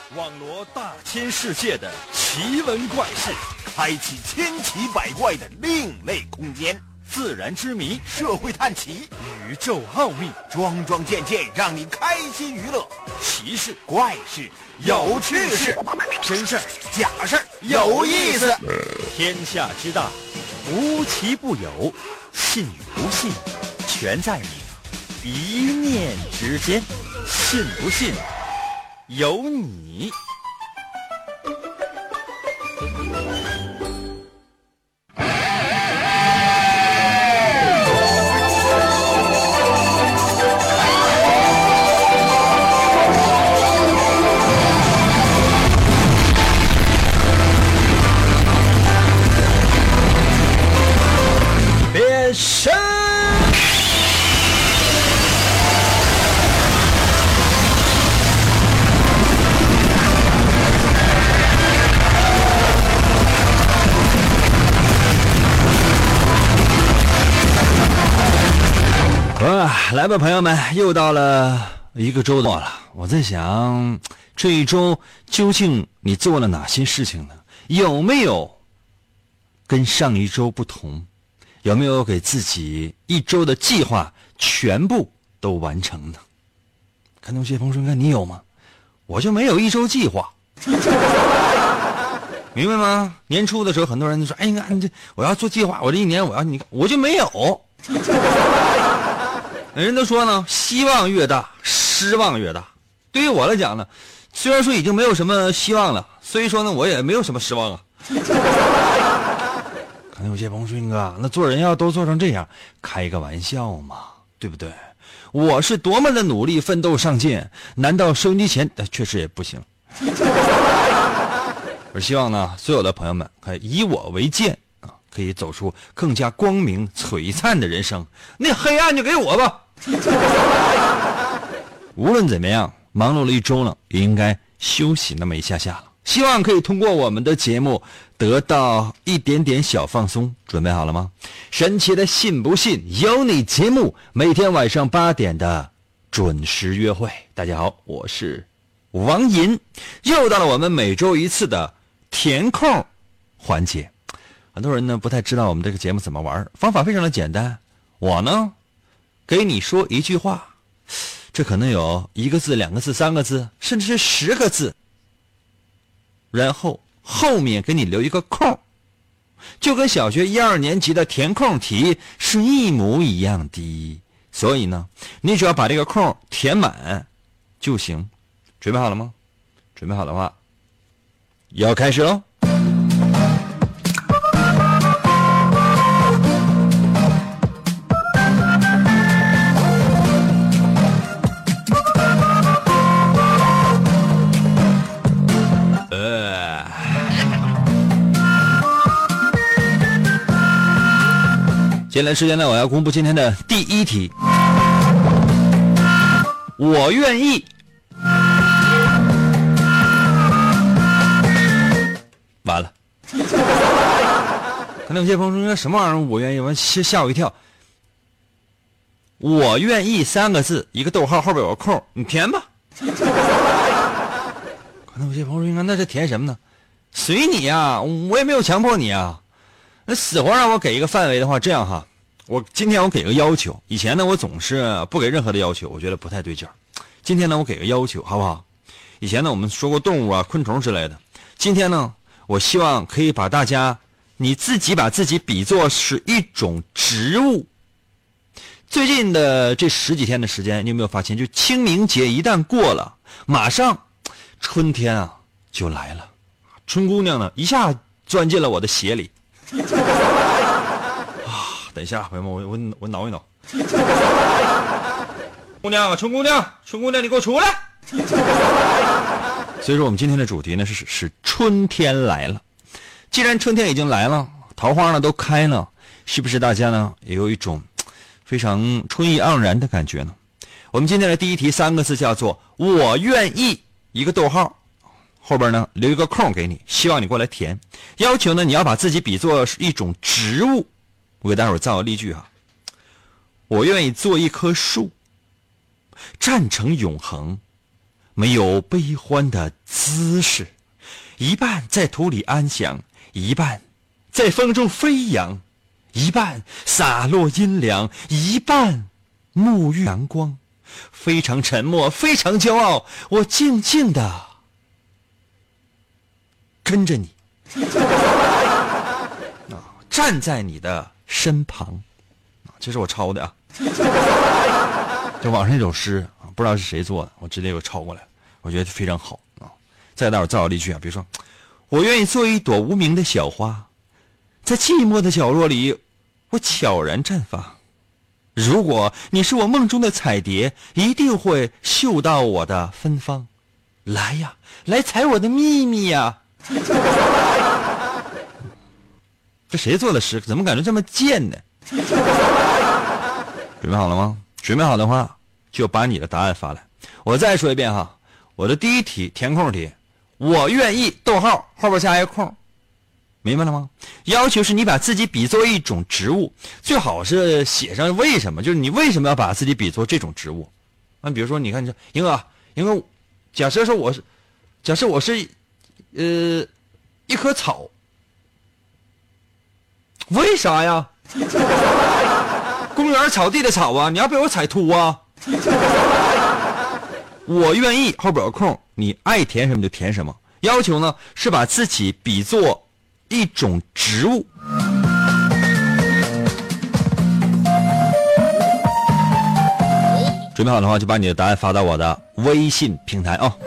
网罗大千世界的奇闻怪事，开启千奇百怪的另类空间，自然之谜，社会探奇，宇宙奥秘，桩桩件件让你开心娱乐。奇事怪事有趣事，真事儿假事儿有意思。天下之大，无奇不有，信与不信全在你一念之间。信不信由你。别神来吧，朋友们，又到了一个周末了。我在想，这一周究竟你做了哪些事情呢？有没有跟上一周不同？有没有给自己一周的计划全部都完成呢？看到谢鹏说，看你有吗？我就没有一周计划。明白吗？年初的时候，很多人都说：“哎，你看这，我要做计划，我这一年我就没有。”人都说呢，希望越大，失望越大。对于我来讲呢，虽然说已经没有什么希望了，所以说呢，我也没有什么失望啊。可能有些朋友说，哥，那做人要都做成这样，开个玩笑嘛，对不对？我是多么的努力奋斗上进，难道收音机前确实也不行？我希望呢，所有的朋友们可以以我为鉴啊，可以走出更加光明璀璨的人生。那黑暗就给我吧。无论怎么样，忙碌了一周了，也应该休息那么一下下了。希望可以通过我们的节目得到一点点小放松。准备好了吗？神奇的信不信由你节目，每天晚上8点的准时约会。大家好，我是王银，又到了我们每周一次的填空环节。很多人呢不太知道我们这个节目怎么玩，方法非常的简单。我呢给你说一句话，这可能有1个字、2个字、3个字，甚至是10个字，然后后面给你留一个空，就跟小学1、2年级的填空题是一模一样的。所以呢，你只要把这个空填满就行。准备好了吗？准备好的话，要开始喽。接下来时间呢，我要公布今天的第一题。我愿意。完了。可能有些朋友说什么玩意儿？我愿意，完吓我一跳。我愿意3个字，一个逗号后边有个空，你填吧。可能有些朋友说，那这填什么呢？随你啊，我也没有强迫你啊。那死活让我给一个范围的话，这样哈，今天我给个要求。以前呢，我总是不给任何的要求，我觉得不太对劲儿。今天呢，我给个要求，好不好？以前呢，我们说过动物啊、昆虫之类的。今天呢，我希望可以把大家，你自己把自己比作是一种植物。最近的这10几天的时间，你有没有发现，就清明节一旦过了，马上春天啊就来了。春姑娘呢，一下钻进了我的鞋里。等一下，朋友们，我挠一挠。姑娘，春姑娘，你给我出来！所以说，我们今天的主题呢是春天来了。既然春天已经来了，桃花呢都开了，是不是大家呢也有一种非常春意盎然的感觉呢？我们今天的第一题3个字叫做“我愿意”，一个逗号，后边呢留一个空给你，希望你过来填。要求呢，你要把自己比作是一种植物。我给大伙儿造个例句哈，我愿意做一棵树，站成永恒， 没有悲欢的姿势，一半在土里安详，一半在风中飞扬，一半洒落阴凉，一半沐浴阳光。非常沉默，非常骄傲，我静静的跟着你站在你的身旁。这是我抄的啊，就网上那首诗不知道是谁做的，我直接给抄过来，我觉得非常好啊。再待会儿造谣例句啊，比如说，我愿意做一朵无名的小花，在寂寞的角落里，我悄然绽放。如果你是我梦中的彩蝶，一定会嗅到我的芬芳。来呀，来采我的秘密呀！这谁做的诗？怎么感觉这么贱呢？准备好了吗？准备好的话，就把你的答案发来。我再说一遍哈，我的第一题填空题，我愿意逗号后边加一个空，明白了吗？要求是你把自己比作一种植物，最好是写上为什么，就是你为什么要把自己比作这种植物。那比如说，你看，你说英哥，假设我是一棵草，为啥呀？公园草地的草啊，你要被我踩秃啊！我愿意后边有空，你爱填什么就填什么。要求呢是把自己比作一种植物。准备好的话，就把你的答案发到我的微信平台啊。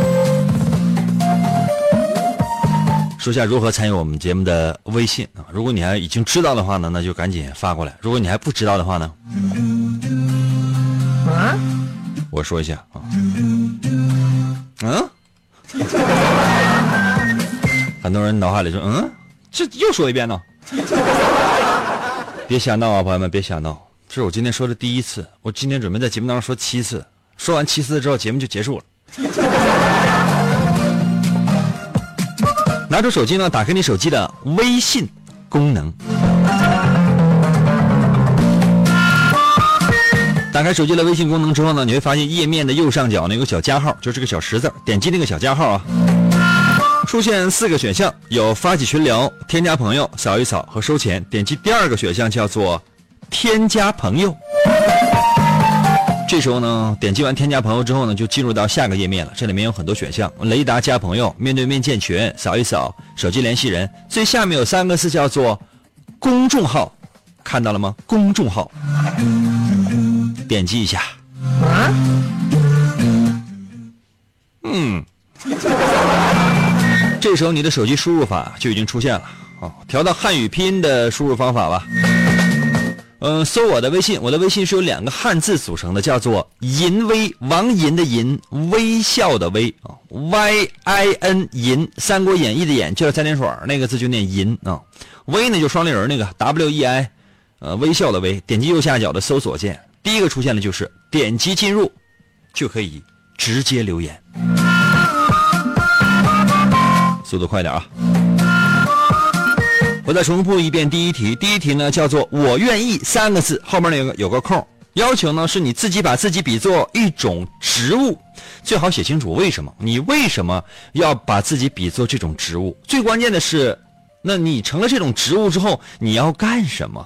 说一下如何参与我们节目的微信啊。如果你还已经知道的话呢，那就赶紧发过来；如果你还不知道的话呢，我说一下啊。很多人脑海里说这又说一遍呢。别瞎闹啊，朋友们，别瞎闹。这是我今天说的第一次，我今天准备在节目当中说7次，说完7次之后节目就结束了。拿出手机呢，打开你手机的微信功能。打开手机的微信功能之后呢，你会发现页面的右上角呢有个小加号，就是个小10字，点击那个小加号啊，出现4个选项，有发起群聊、添加朋友、扫一扫和收钱。点击第2个选项叫做添加朋友。这时候呢，点击完添加朋友之后呢，就进入到下个页面了。这里面有很多选项，雷达加朋友、面对面建群、扫一扫、手机联系人。最下面有3个字叫做公众号，看到了吗？公众号，点击一下。这时候你的手机输入法就已经出现了啊，调到汉语拼音的输入方法吧。搜我的微信，我的微信是由2个汉字组成的，叫做银微，王银的银，微笑的微啊 ，YIN 银，三国演义的演，就是3点水那个字就念银啊，微呢就双立人那个 WEI， 微笑的微。点击右下角的搜索键，第一个出现的就是点击进入，就可以直接留言，速度快点啊！我再重复一遍第一题。第一题呢叫做我愿意3个字，后面那个有个空，要求呢是你自己把自己比作一种植物，最好写清楚为什么，你为什么要把自己比作这种植物。最关键的是，那你成了这种植物之后你要干什么。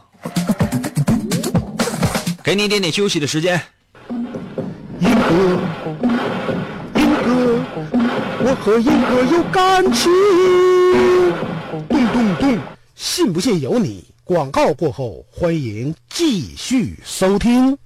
给你一点点休息的时间。 英哥，我和英哥有感情，咚咚咚，信不信由你。广告过后，欢迎继续收听。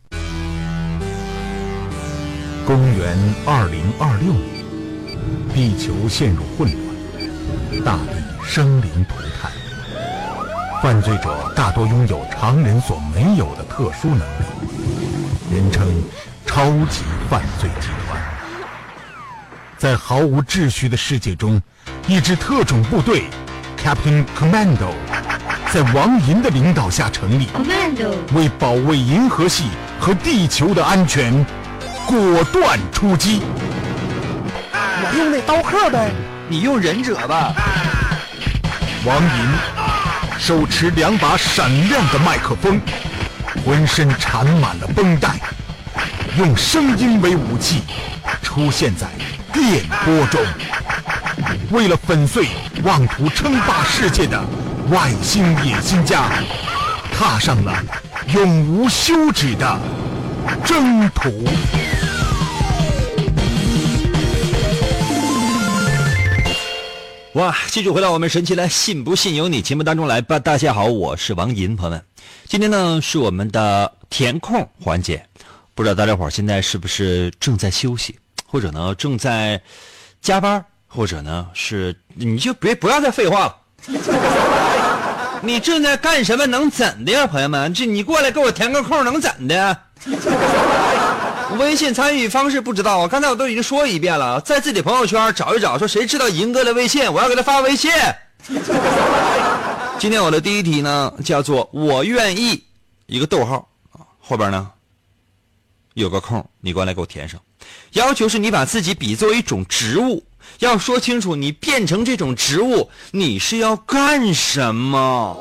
公元2026年，地球陷入混乱，大地生灵涂炭，犯罪者大多拥有常人所没有的特殊能力，人称超级犯罪集团。在毫无秩序的世界中，一支特种部队 Captain Commando 在王银的领导下成立，为保卫银河系和地球的安全，果断出击。 我用那刀客呗， 你用忍者吧。 王银手持2把闪亮的麦克风，浑身缠满了绷带，用声音为武器，出现在电波中。为了粉碎妄图称霸世界的外星野心家，踏上了永无休止的征途。 哇，继续回到我们神奇的信不信由你节目当中来吧。大家好，我是王银，朋友们，今天呢是我们的填空环节，不知道大家伙现在是不是正在休息，或者呢正在加班，或者呢是你就不要再废话了。你正在干什么能怎的呀，朋友们？这你过来给我填个空能怎的？微信参与方式不知道啊，刚才我都已经说一遍了，在自己朋友圈找一找，说谁知道银哥的微信，我要给他发微信。今天我的第一题呢叫做我愿意一个逗号，后边呢有个空，你过来给我填上。要求是你把自己比作一种植物，要说清楚你变成这种植物你是要干什么。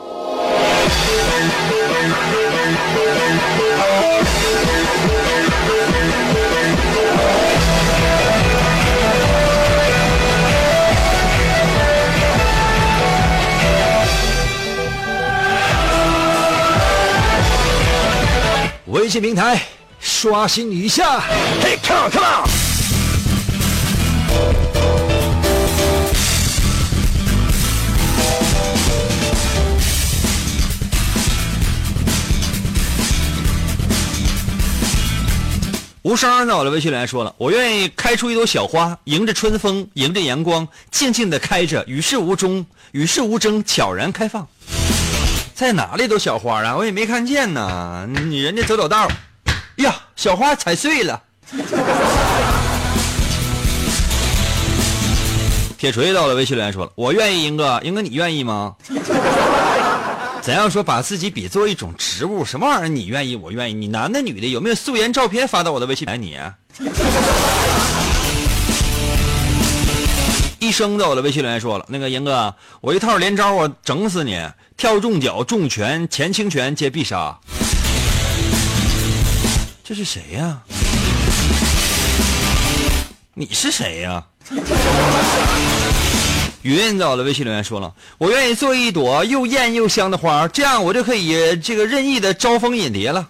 微信平台刷新一下 ，Hey come on！ 无声在我的微信里来说了，我愿意开出一朵小花，迎着春风，迎着阳光，静静地开着，与世无争，悄然开放。在哪里都小花啊，我也没看见呢。你人家走道，呀，小花踩碎了。铁锤到了微信里来说了，我愿意，英哥你愿意吗？怎样说把自己比作一种植物？什么玩意儿？你愿意，我愿意。你男的女的有没有素颜照片发到我的微信来？你啊，一生在我的微信里来说了，那个英哥，我一套连招我整死你，跳重脚、重拳、前倾拳接必杀。这是谁呀？你是谁呀？云在我的微信留言说了，我愿意做一朵又艳又香的花，这样我就可以这个任意的招蜂引蝶了。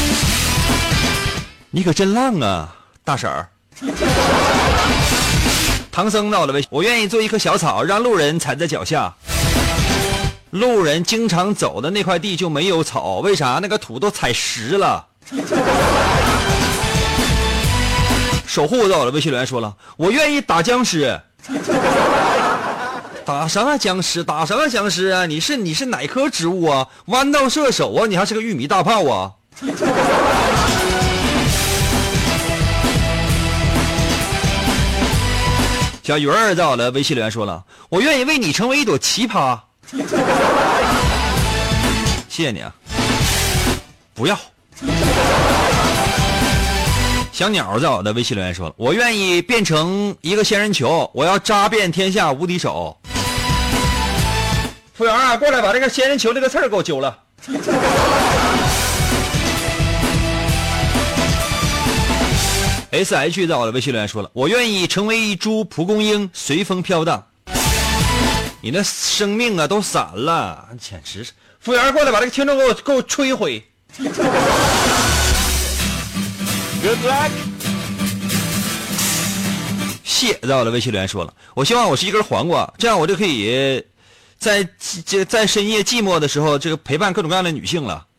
你可真浪啊，大婶儿。唐僧在我的微信，我愿意做一棵小草，让路人踩在脚下。路人经常走的那块地就没有草，为啥？那个土都踩实了。守护在我的微信留言说了，我愿意打僵尸。打啥僵尸？打什么僵尸啊？你是哪棵植物啊？弯道射手啊？你还是个玉米大炮啊？小鱼儿在我的微信留言说了，我愿意为你成为一朵奇葩。谢谢你啊，不要。小鸟在我的微信留言说了，我愿意变成一个仙人球，我要扎遍天下无敌手。服务员啊，过来把这个仙人球这个刺儿给我揪了。SH 在我的微信留言说了，我愿意成为一株蒲公英，随风飘荡。你的生命啊都散了，简直是。服务员过来把这个听众给我摧毁。Good luck。谢在我的微信留言说了，我希望我是一根黄瓜，这样我就可以在深夜寂寞的时候，这个陪伴各种各样的女性了。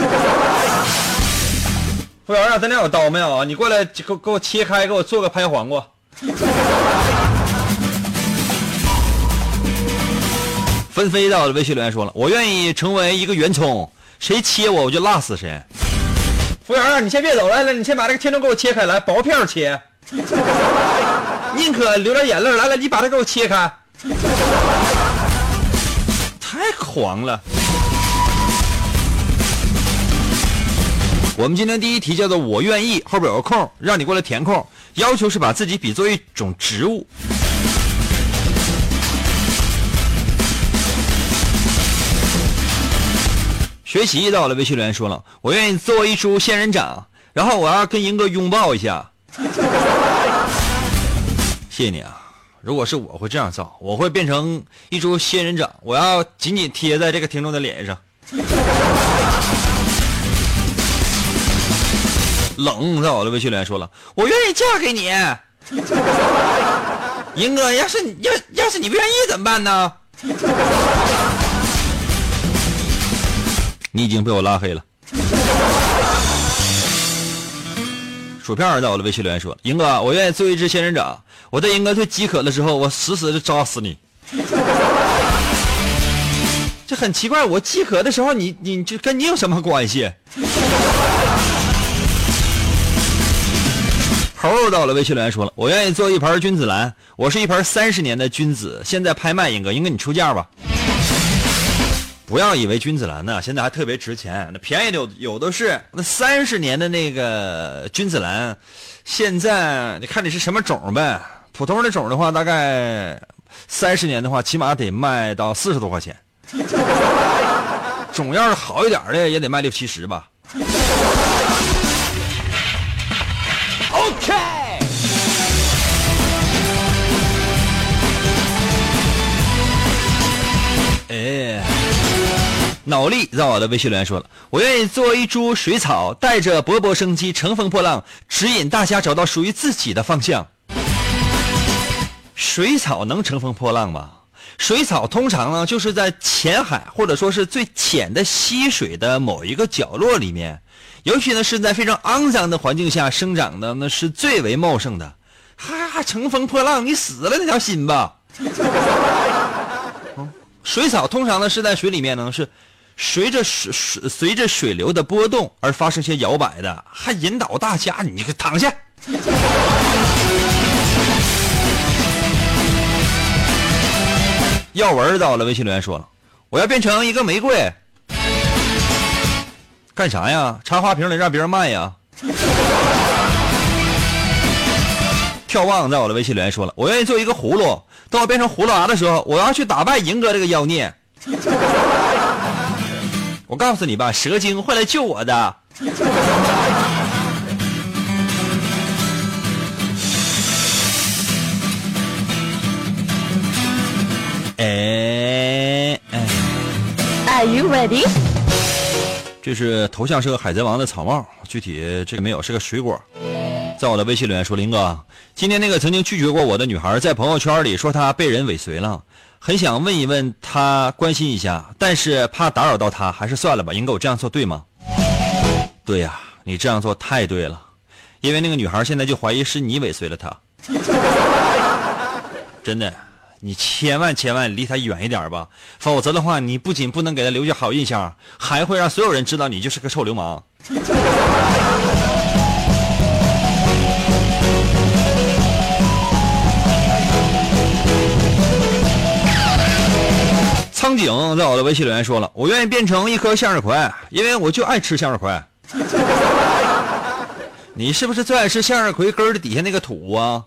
服务员啊，咱俩有刀没有啊？你过来给我切开，给我做个拍黄瓜。纷飞在我的微信留言说了，我愿意成为一个圆葱，谁切我就辣死谁。服务员啊，你先别走，来，你先把这个听众给我切开，来薄片切，宁可流点眼泪，来，你把它给我切开。太狂了。我们今天第一题叫做我愿意，后边有个空，让你过来填空，要求是把自己比作一种植物。学习到了，微信留言说了，我愿意做一株仙人掌，然后我要跟英哥拥抱一下。 谢谢你啊！如果是我会这样造，我会变成一株仙人掌，我要紧紧贴在这个听众的脸上。冷在我的微信留言说了，我愿意嫁给你。英哥，要是你不愿意怎么办呢？你已经被我拉黑了。薯片在我的微信留言说，英哥，我愿意做一只仙人掌，我在英哥最饥渴的时候，我死死的扎死你。这很奇怪，我饥渴的时候，你这跟你有什么关系？猴到了微信留言说了，我愿意做一盘君子兰，我是一盘30年的君子，现在拍卖，英哥你出价吧。不要以为君子兰呢现在还特别值钱，那便宜的有的是，那30年的那个君子兰，现在你看你是什么种呗，普通的种的话，大概30年的话，起码得卖到40多块钱，种要是好一点的也得卖60-70吧。OK。脑力在我的微信留言说了，我愿意做一株水草，带着勃勃生机，乘风破浪，指引大家找到属于自己的方向。水草能乘风破浪吗？水草通常呢就是在浅海或者说是最浅的溪水的某一个角落里面，尤其呢是在非常肮脏的环境下生长的，那是最为茂盛的。还乘风破浪，你死了那条心吧。水草通常呢是在水里面呢是随着水流的波动而发生些摇摆的，还引导大家你个躺下。耀文到了微信留言说了，我要变成一个玫瑰。干啥呀？插花瓶里让别人卖呀？眺望在我的微信留言说了，我愿意做一个葫芦，等我变成葫芦娃的时候，我要去打败银哥这个妖孽。我告诉你吧，蛇精会来救我的。 Are you ready？ 这是头像是个海贼王的草帽，具体这个没有，是个水果。在我的微信留言说，林哥，今天那个曾经拒绝过我的女孩在朋友圈里说她被人尾随了，很想问一问她，关心一下，但是怕打扰到她，还是算了吧。英哥，我这样做对吗？对呀，你这样做太对了，因为那个女孩现在就怀疑是你尾随了她。真的，你千万离她远一点吧，否则的话，你不仅不能给她留下好印象，还会让所有人知道你就是个臭流氓。苍井在我的微信留言说了，我愿意变成一颗向日葵，因为我就爱吃向日葵。你是不是最爱吃向日葵根的底下那个土啊？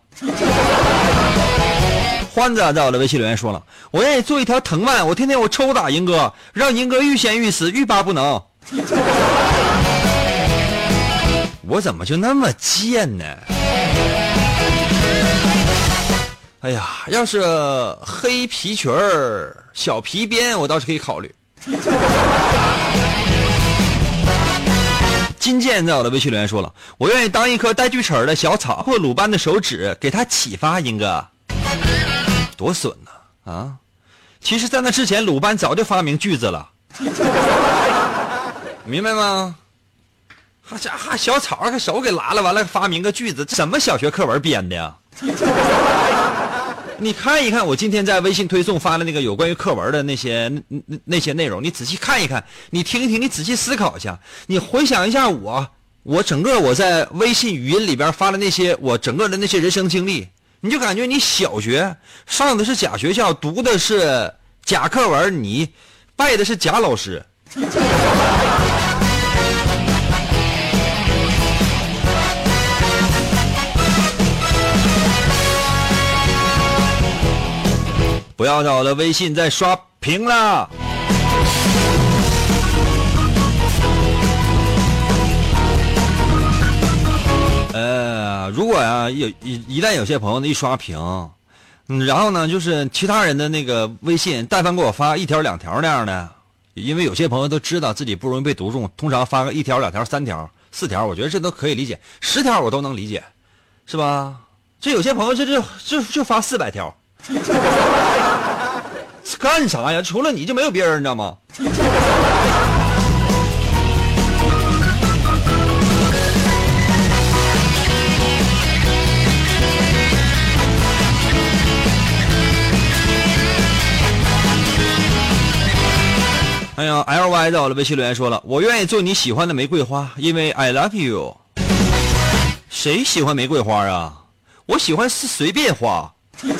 欢子在我的微信留言说了，我愿意做一条藤蔓，我天天我抽打银哥，让银哥欲仙欲死，欲罢不能。我怎么就那么贱呢？哎呀，要是黑皮裙儿小皮鞭，我倒是可以考虑。金剑在我的微信留言说了，我愿意当一颗带锯齿的小草，或鲁班的手指，给他启发。英哥，多损呢啊！其实在那之前，鲁班早就发明锯子了，明白吗？还小草给手给拉了，完了发明个锯子，什么小学课文编的呀？你看一看我今天在微信推送发的那个有关于课文的那些内容，你仔细看一看，你听一听，你仔细思考一下，你回想一下我整个我在微信语音里边发的那些我整个的那些人生经历，你就感觉你小学上的是假学校，读的是假课文，你拜的是假老师。不要在我的微信再刷屏了。 如果呀一旦有些朋友一刷屏，然后呢就是其他人的那个微信但凡给我发1条2条那样的，因为有些朋友都知道自己不容易被读中，通常发个1条2条3条4条，我觉得这都可以理解，10条我都能理解，是吧？这有些朋友就发400条干啥呀？除了你就没有别人，你知道吗？哎呀 ，LY 在我的微信留言说了，我愿意做你喜欢的玫瑰花，因为 I love you。谁喜欢玫瑰花啊？我喜欢是随便花。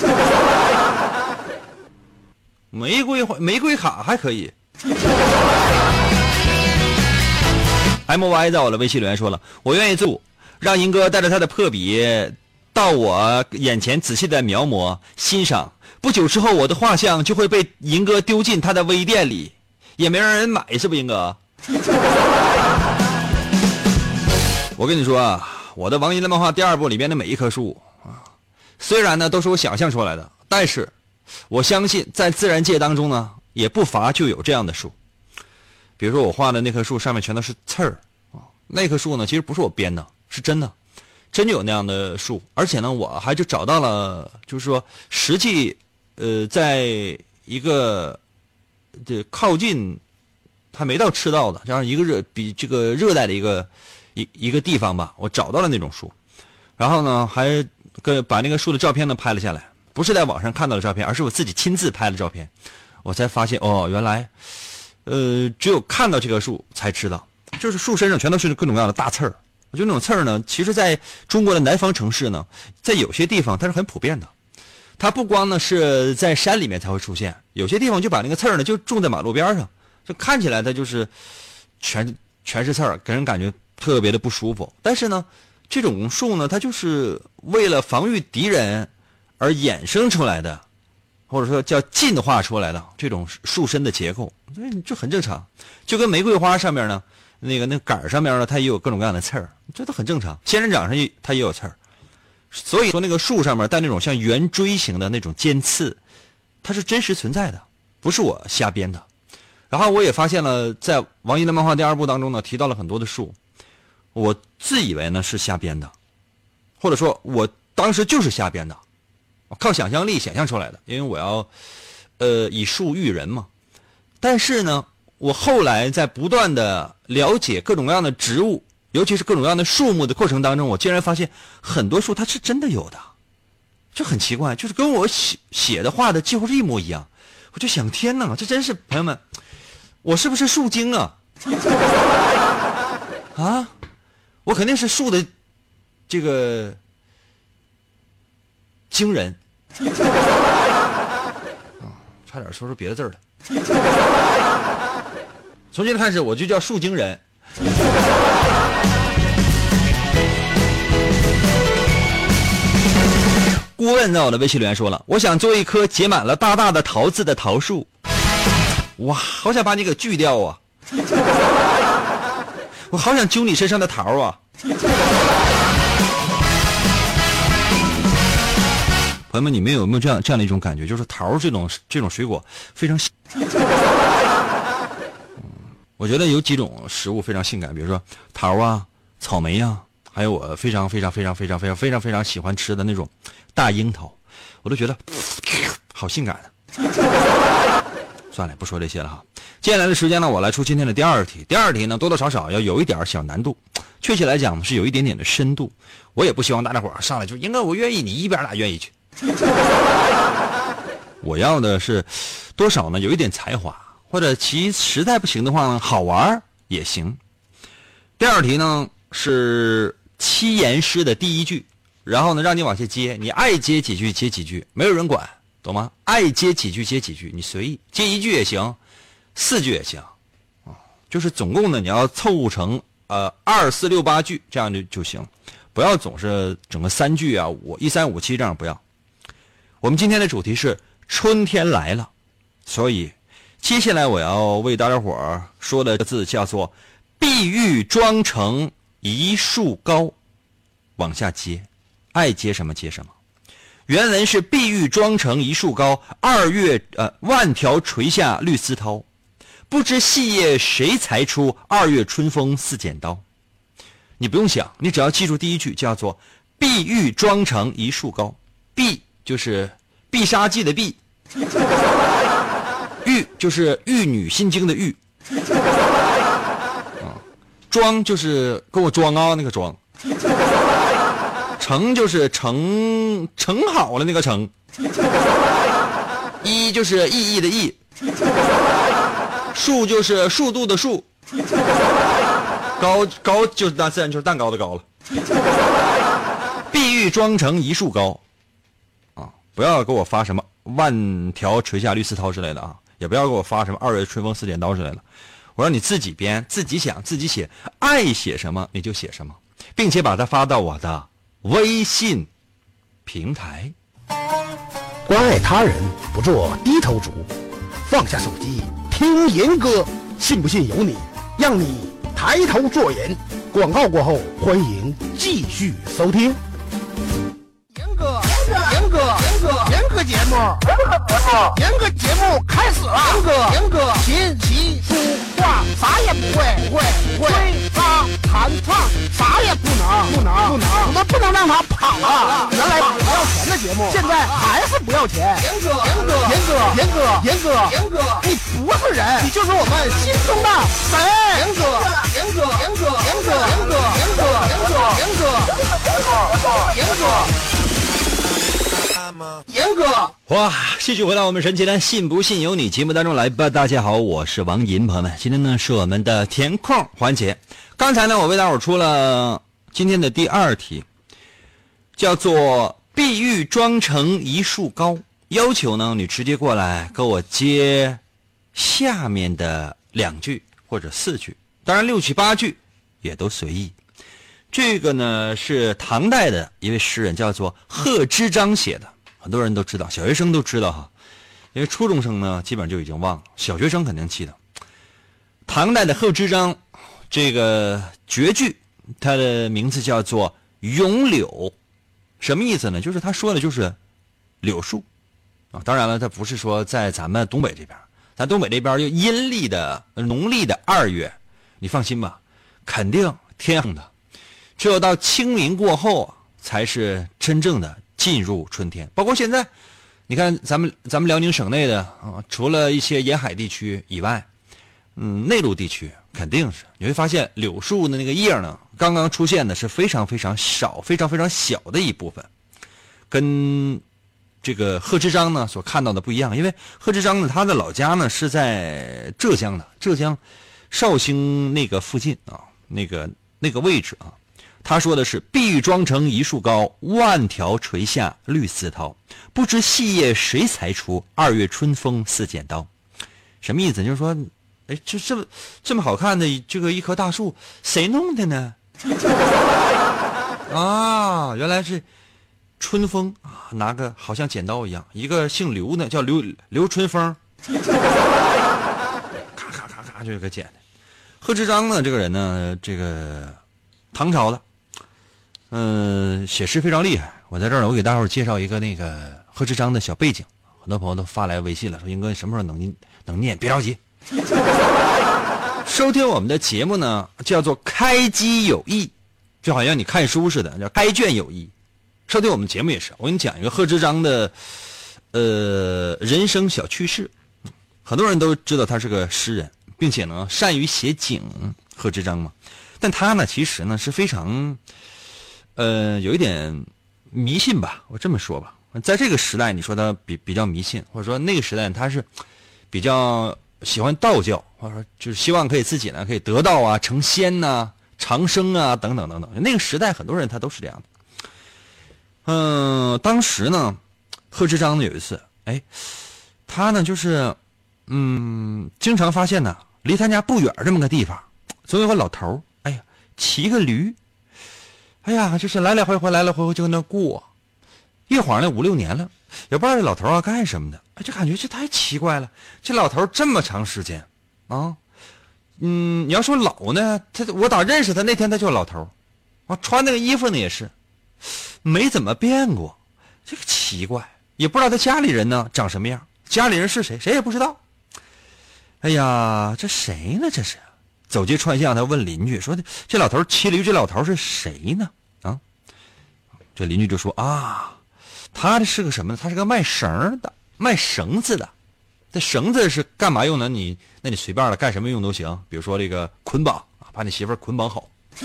玫瑰花、玫瑰卡还可以。MY 在我的微信留言说了，我愿意做，让银哥带着他的破笔到我眼前仔细的描摹欣赏，不久之后我的画像就会被银哥丢进他的微店里，也没让人买，是不银哥？我跟你说啊，我的王银的漫画第2部里边的每一棵树啊，虽然呢都是我想象出来的，但是我相信在自然界当中呢也不乏就有这样的树。比如说我画的那棵树上面全都是刺儿啊，那棵树呢其实不是我编的，是真的，真就有那样的树，而且呢我还就找到了，就是说实际在一个这靠近还没到赤道的这样一个比这个热带的一个地方吧，我找到了那种树，然后呢还把那个树的照片呢拍了下来，不是在网上看到的照片，而是我自己亲自拍的照片，我才发现哦，原来只有看到这棵树才知道，就是树身上全都是各种各样的大刺儿。我觉得那种刺儿呢，其实在中国的南方城市呢，在有些地方它是很普遍的。它不光呢是在山里面才会出现，有些地方就把那个刺儿呢就种在马路边上，就看起来它就是全是刺儿，给人感觉特别的不舒服。但是呢，这种树呢，它就是为了防御敌人而衍生出来的，或者说叫进化出来的这种树身的结构，就很正常。就跟玫瑰花上面呢，那杆上面呢，它也有各种各样的刺儿，这都很正常。仙人掌上它也有刺儿，所以说那个树上面带那种像圆锥形的那种尖刺，它是真实存在的，不是我瞎编的。然后我也发现了，在王一的漫画第2部当中呢，提到了很多的树，我自以为呢是瞎编的，或者说我当时就是瞎编的，我靠想象力想象出来的，因为我要以树喻人嘛。但是呢，我后来在不断的了解各种各样的植物，尤其是各种各样的树木的过程当中，我竟然发现很多树它是真的有的，就很奇怪，就是跟我写的画的几乎是一模一样。我就想，天哪，这真是朋友们，我是不是树精啊？啊，我肯定是树的这个惊人。差点说出别的字儿了。从今天开始我就叫树精人。顾问在我的微信留言说了，我想做一棵结满了大大的桃子的桃树。哇，好想把你给锯掉啊！我好想揪你身上的桃啊！朋友们，你们有没有这样的一种感觉，就是桃这种水果非常我觉得有几种食物非常性感，比如说桃啊、草莓啊，还有我非常喜欢吃的那种大樱桃，我都觉得好性感的。算了，不说这些了哈。接下来的时间呢，我来出今天的第2题。第2题呢，多多少少要有一点小难度，确切来讲是有一点点的深度。我也不希望大家伙上来就应该我愿意，你一边哪愿意去。我要的是多少呢？有一点才华，或者其实在不行的话呢，好玩也行。第2题呢是7言诗的第1句，然后呢让你往下接，你爱接几句接几句，没有人管，懂吗？爱接几句接几句，你随意，接1句也行，4句也行，就是总共呢你要凑成2、4、6、8句，这样就行，不要总是整个3句啊，1、3、5、7这样不要。我们今天的主题是春天来了，所以接下来我要为大家伙说的字叫做碧玉妆成一树高，往下接。 爱结什么结什么。原文是碧玉妆成一树高，2月万条垂下绿丝绦，不知细叶谁裁出，2月春风似剪刀。你不用想，你只要记住第一句叫做碧玉妆成一树高。碧就是必杀技的碧，玉就是玉女心经的玉，妆就是给我装啊那个装，成就是成好了那个成，一就是意义的意，树就是速度的树，高就是自然就是蛋糕的高了。碧玉妆成一树高啊！不要给我发什么万条垂下绿丝绦之类的啊，也不要给我发什么2月春风似剪刀之类的。我让你自己编，自己想，自己写，爱写什么你就写什么，并且把它发到我的微信平台。 关爱他人，不做低头族，放下手机听严歌，信不信由你，让你抬头做人。广告过后，欢迎继续收听。严哥节目开始了。严哥琴棋书画啥也不会，吹拉弹唱啥也不能，我们不能让他跑了。原来不要钱的节目，现在还是不要钱。严哥，你不是人，你就是我们心中的神。严哥。 哇，继续回到我们神奇的信不信由你节目当中来吧。大家好，我是王银，朋友们，今天呢是我们的填空环节。刚才呢我为大伙出了今天的第2题，叫做碧玉妆成一树高，要求呢你直接过来给我接下面的2句或者4句，当然6句8句也都随意。这个呢是唐代的一位诗人叫做贺知章写的，很多人都知道，小学生都知道哈，因为初中生呢基本上就已经忘了，小学生肯定记得。唐代的贺知章这个绝句，它的名字叫做咏柳，什么意思呢？就是他说的就是柳树啊。当然了，他不是说在咱们东北这边，咱东北这边就阴历的农历的2月，你放心吧，肯定天黑的。只有到清明过后才是真正的进入春天。包括现在你看咱们辽宁省内的除了一些沿海地区以外，内陆地区肯定是你会发现柳树的那个叶呢刚刚出现的是非常非常少，非常非常小的一部分，跟这个贺知章呢所看到的不一样。因为贺知章呢他的老家呢是在浙江绍兴那个附近啊，那个位置啊。他说的是碧玉妆成一树高，万条垂下绿丝绦，不知细叶谁裁出，2月春风似剪刀。什么意思？就是说哎，这么好看的这个一棵大树谁弄的呢？啊，原来是春风啊，拿个好像剪刀一样，一个姓刘的叫刘春风，咔咔咔咔就给剪的。贺知章呢这个人呢，这个唐朝的写诗非常厉害。我在这儿呢，我给大伙介绍一个那个贺知章的小背景。很多朋友都发来微信了，说英哥你什么时候能念？别着急。收听我们的节目呢，叫做开机有益，就好像你看书似的，叫开卷有益。收听我们节目也是，我给你讲一个贺知章的人生小趣事。很多人都知道他是个诗人，并且呢善于写景，贺知章嘛。但他呢其实呢是非常有一点迷信吧，我这么说吧。在这个时代你说他比较迷信，或者说那个时代他是比较喜欢道教，或者说就是希望可以自己呢可以得道啊，成仙啊，长生啊等等等等。那个时代很多人他都是这样的。当时呢贺知章呢有一次，他呢就是经常发现呢离他家不远这么个地方总有个老头，骑个驴，就是来来回回就跟那过，一晃儿呢5-6年了，也不知道这老头啊干什么的。就感觉这太奇怪了，这老头这么长时间啊，你要说老呢，我打认识他那天他就老头，穿那个衣服呢也是， 没怎么变过，这个奇怪，也不知道他家里人呢长什么样，家里人是谁，谁也不知道。哎呀，这谁呢？这是走街串巷，他问邻居说：“这老头骑驴，这老头是谁呢？”啊，这邻居就说：“啊，他这是个什么呢？他是个卖绳的，卖绳子的。这绳子是干嘛用的？那你随便了，干什么用都行。比如说这个捆绑啊，把你媳妇捆绑好。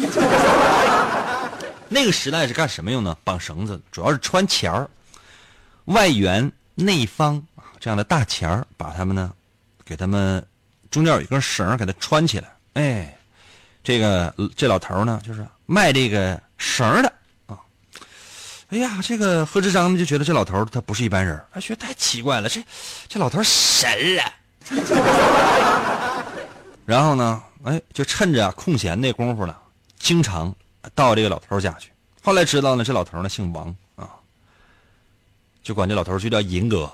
那个时代是干什么用呢？绑绳子，主要是穿钱儿，外圆内方这样的大钱儿，把他们呢，给他们中间有一根绳给它穿起来。哎，这老头呢，就是卖这个绳的啊。哎呀，这个何志章就觉得这老头他不是一般人，他觉得太奇怪了，这老头神啊。然后呢，哎，就趁着空闲那功夫呢，经常到这个老头家去。后来知道呢，这老头呢姓王啊，就管这老头就叫银哥，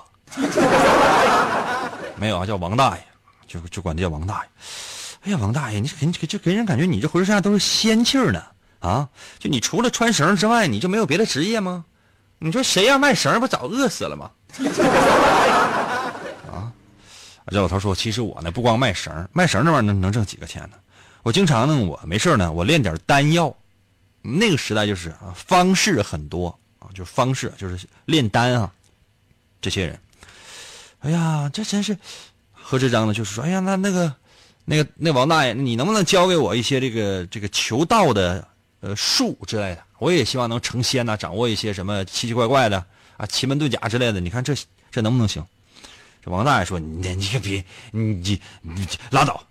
没有啊，叫王大爷，就管这叫王大爷。哎呀，王大爷，你就给人感觉你这浑身上都是仙气儿呢啊！就你除了穿绳之外，你就没有别的职业吗？你说谁要卖绳不早饿死了吗？啊！这老头说，其实我呢不光卖绳这玩意儿能挣几个钱呢？我经常呢，我没事呢，我练点丹药。那个时代就是啊，方士很多啊，就是方士，就是炼丹啊。这些人，哎呀，这真是何志章呢，就是说，哎呀，那王大爷，你能不能教给我一些这个求道的术之类的？我也希望能成仙呐，掌握一些什么奇奇怪怪的啊，奇门遁甲之类的。你看这能不能行？这王大爷说，你可别，你拉倒。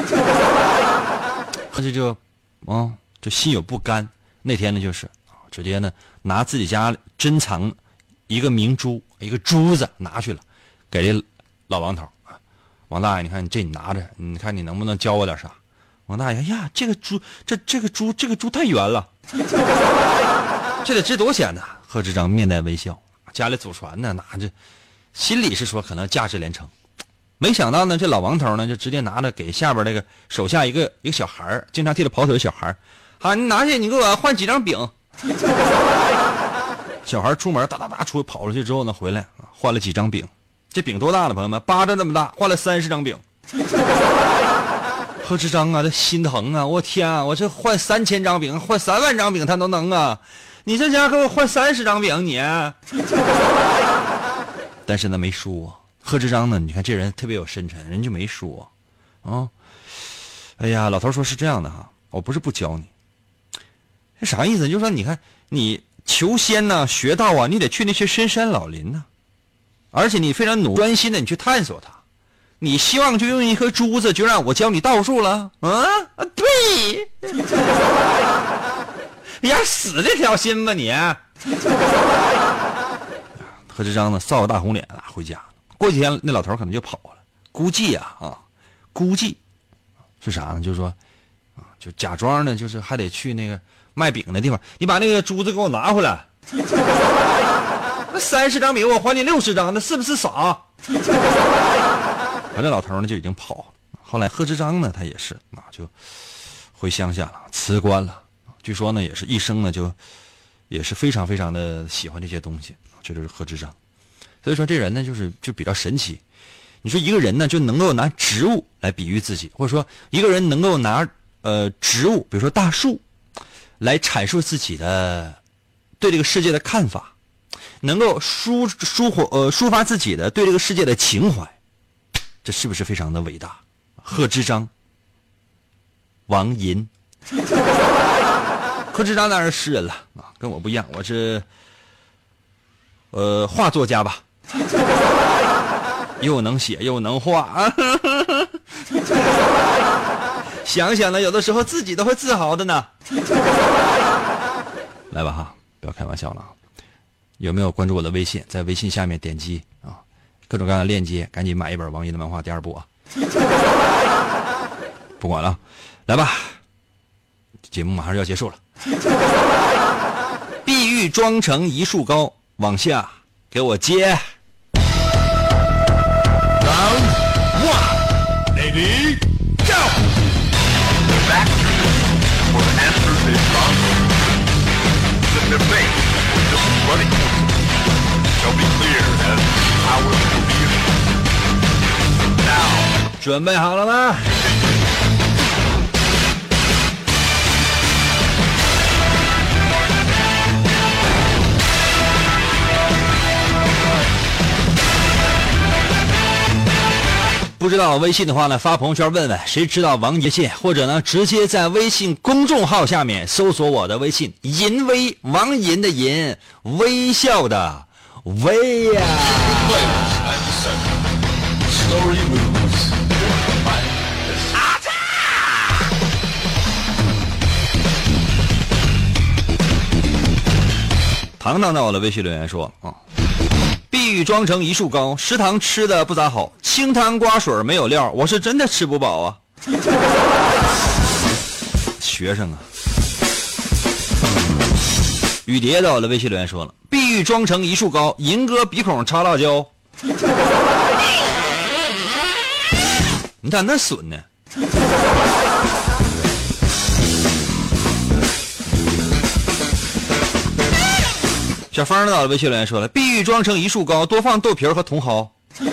这就就心有不甘。那天呢，就是直接呢拿自己家珍藏一个明珠，一个珠子拿去了，给这老王头。王大爷，你看你拿着，你看你能不能教我点啥？王大爷，呀，这个珠太圆了，这得值多少钱呢？贺志章面带微笑，家里祖传呢，拿着，心里是说可能价值连城。没想到呢，这老王头呢就直接拿着给下边这个手下一个小孩，经常替他跑腿的小孩，好，你拿去，你给我换几张饼。小孩出门哒哒哒出去跑出去之后呢，回来换了几张饼。这饼多大了，朋友们？巴掌那么大，换了30张饼。贺志章啊，这心疼啊！我天啊，我这换3000张饼，换3万张饼他都能啊！你这家给我换30张饼，你。但是呢，没说。贺志章呢，你看这人特别有深沉，人就没说啊。哎呀，老头说是这样的哈，我不是不教你，这啥意思？就是说，你看你求仙呢，学道啊，你得去那些深山老林呢。而且你非常专心的，你去探索它。你希望就用一颗珠子就让我教你道术了？啊，对。呀，死这条心吧你！何志章呢，臊个大红脸啊，回家。过几天那老头可能就跑了。估计估计是啥呢？就是说就假装呢，就是还得去那个卖饼的地方，你把那个珠子给我拿回来。那30张饼我还你60张，那是不是傻？反正老头呢就已经跑了。后来贺志章呢，他也是就回乡下了，辞官了。据说呢，也是一生呢也是非常非常的喜欢这些东西。这就是贺志章。所以说这人呢就比较神奇。你说一个人呢就能够拿植物来比喻自己，或者说一个人能够拿植物，比如说大树，来阐述自己的对这个世界的看法。能够抒发自己的对这个世界的情怀，这是不是非常的伟大？贺志章、王银，贺志章当然是诗人了啊，跟我不一样，我是画作家吧，又能写又能画啊。想想呢，有的时候自己都会自豪的呢。来吧哈，不要开玩笑了。有没有关注我的微信？在微信下面点击各种各样的链接，赶紧买一本王银的漫画第2部啊！不管了，来吧，节目马上就要结束了。碧玉妆成一树高，往下给我接。 Round 1, Lady, go! Back for the answer this round. The debate. 准备好了吗？不知道微信的话呢，发朋友圈问问谁知道王爷信，或者呢直接在微信公众号下面搜索我的微信银威，王银的银，微笑的微呀。糖糖在我的微信留言说啊。碧玉装成一树高，食堂吃的不咋好，清汤瓜水没有料，我是真的吃不饱啊。学生啊。雨蝶到了微信留言说了，碧玉装成一树高，银哥鼻孔插辣椒。你咋那损呢？小芳到了微信留言说了，碧玉装成一树高，多放豆皮和茼蒿。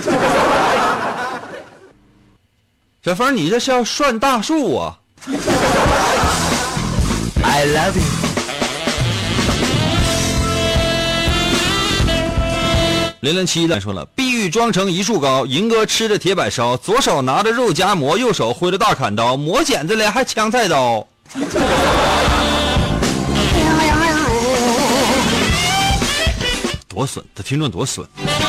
小芳，你这是要涮大树啊。I love you。007的说了，碧玉装成一树高，银哥吃着铁板烧，左手拿着肉夹馍，右手挥着大砍刀，磨剪子嘞还抢菜刀。多损，这听众多损。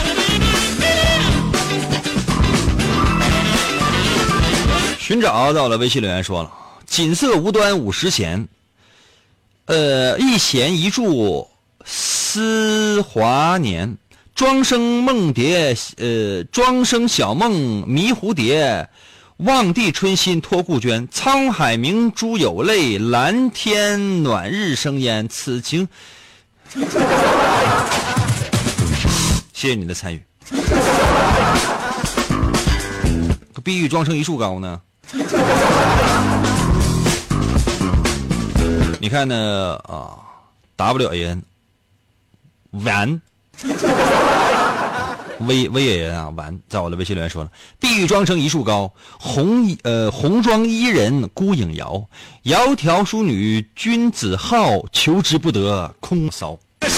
寻找到了微信留言说了，锦瑟无端50弦，一弦一柱思华年，庄生梦蝶，庄生小梦迷蝴蝶，望帝春心托故捐，沧海明珠有泪，蓝天暖日生烟，此情。谢谢你的参与。碧玉装成一树高呢？你看呢啊 ，WAN 完，VAN 啊完，在我的微信留言说了，碧玉装成一树高，红妆伊人孤影摇，窈窕淑女君子好，求之不得空骚。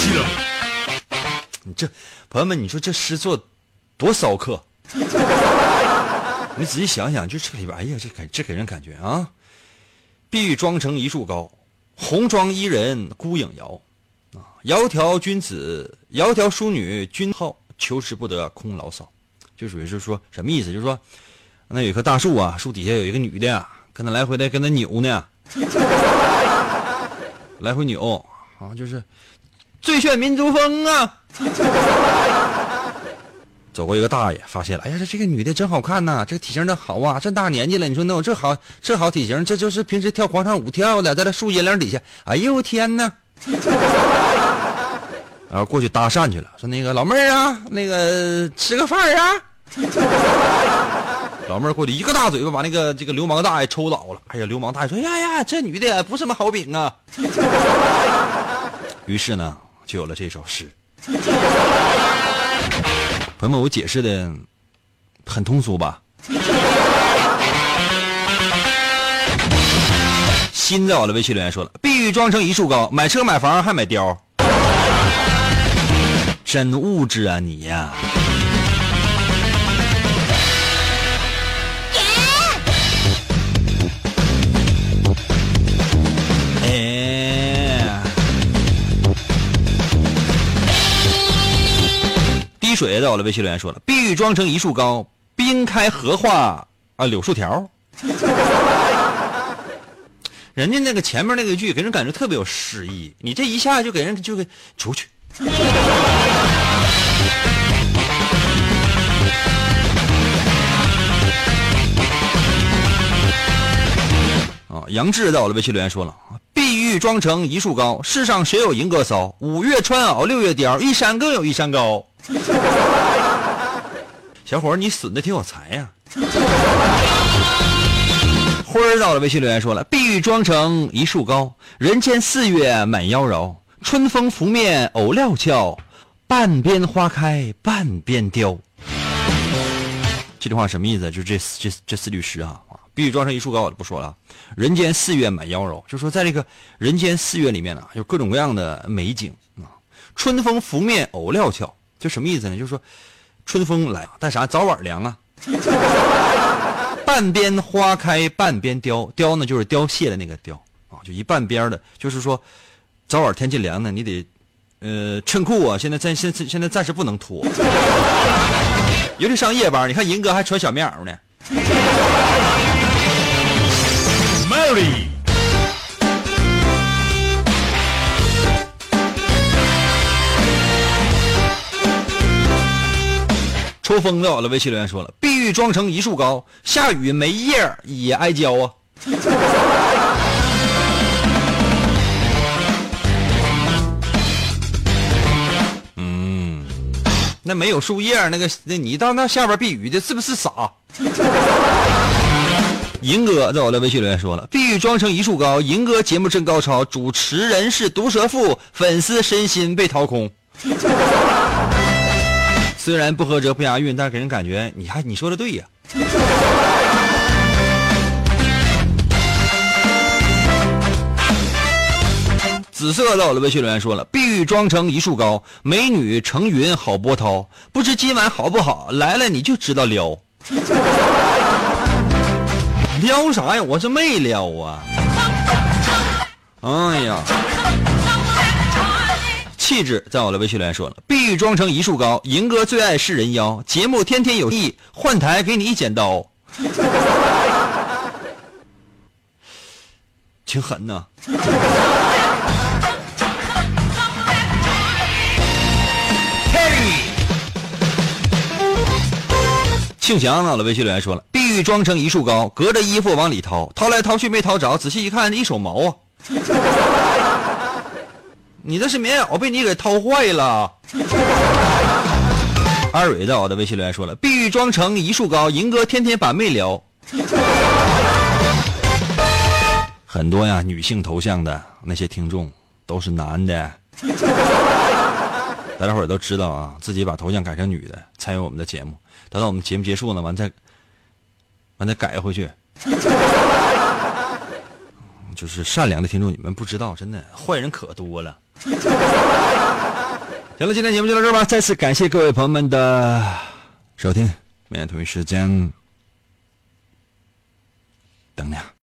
你这朋友们，你说这诗作多骚客？你仔细想想，就这里边，哎呀，这给人感觉啊！碧玉装成一树高，红妆伊人孤影摇，啊，窈窕淑女君好，求之不得空牢骚。就属于是说什么意思？就是说，那有一棵大树啊，树底下有一个女的啊，跟他来回的跟他扭呢，来回扭啊，就是最炫民族风啊。走过一个大爷，发现了，哎呀，这个女的真好看呐，这个体型真好啊，这大年纪了，你说能有这好体型，这就是平时跳广场舞跳的，在这树阴凉底下，哎呦天哪！然后过去搭讪去了，说那个老妹儿啊，那个吃个饭啊。老妹儿过去一个大嘴巴把这个流氓大爷抽倒了。哎呀，流氓大爷说，呀，这女的不是什么好饼啊。于是呢，就有了这首诗。朋友们，我解释的很通俗吧？新在我的微信留言说了，碧玉装成一树高，买车买房还买貂，真物质啊你呀！滴水在我的微信留言说了，碧玉装成一树高，冰开荷花啊柳树条。人家那个前面那个句给人感觉特别有诗意，你这一下就给人就给出去。啊，杨志在我的微信留言说了，碧玉装成一树高，世上谁有银哥骚？5月穿袄6月貂，一山更有一山高。小伙儿，你损的挺有才呀！辉儿到了微信留言说了，碧玉装成一树高，人间4月满妖娆，春风拂面偶料峭，半边花开半边凋。 这句话什么意思？就是这四律诗啊，碧玉妆成一树高我就不说了。人间四月满妖娆，就说在这个人间四月里面有各种各样的美景啊。春风拂面藕料峭，就什么意思呢？就是说春风来，但啥早晚凉啊。半边花开半边凋，凋呢就是凋谢的那个凋啊，就一半边的，就是说早晚天气凉呢，你得衬裤啊，现在暂时不能脱。尤其上夜班，你看银哥还穿小棉袄呢。 Mary。 抽风的我的微信留言说了，碧玉妆成一树高，下雨没叶也挨浇啊。那没有树叶，那你到那下边避雨的是不是傻？银哥在我的微信留言说了，碧玉妆成一树高，银哥节目真高潮，主持人是毒舌妇，粉丝身心被掏空。虽然不合辙不押韵，但是给人感觉你说的对呀。紫色在我的微信留言说了，碧玉妆成一树高，美女成云好波涛，不知今晚好不好，来了你就知道撩。撩啥呀？我是没撩啊。哎呀，气质在我的微信留言说了，碧玉妆成一树高，银哥最爱是人妖，节目天天有意，换台给你一剪刀。挺狠呐。庆祥呢，我的微信留言说了，碧玉妆成一树高，隔着衣服往里掏，掏来掏去没掏着，仔细一看一手毛啊。你这是棉袄被你给掏坏了。阿蕊在我的微信留言说了，碧玉妆成一树高，银哥天天把妹聊。很多呀女性头像的那些听众都是男的。大家伙儿都知道啊，自己把头像改成女的参与我们的节目，等到我们节目结束呢，完再改回去。就是善良的听众你们不知道，真的坏人可多了。行了，今天节目就到这儿吧，再次感谢各位朋友们的收听，明天同一时间等你啊。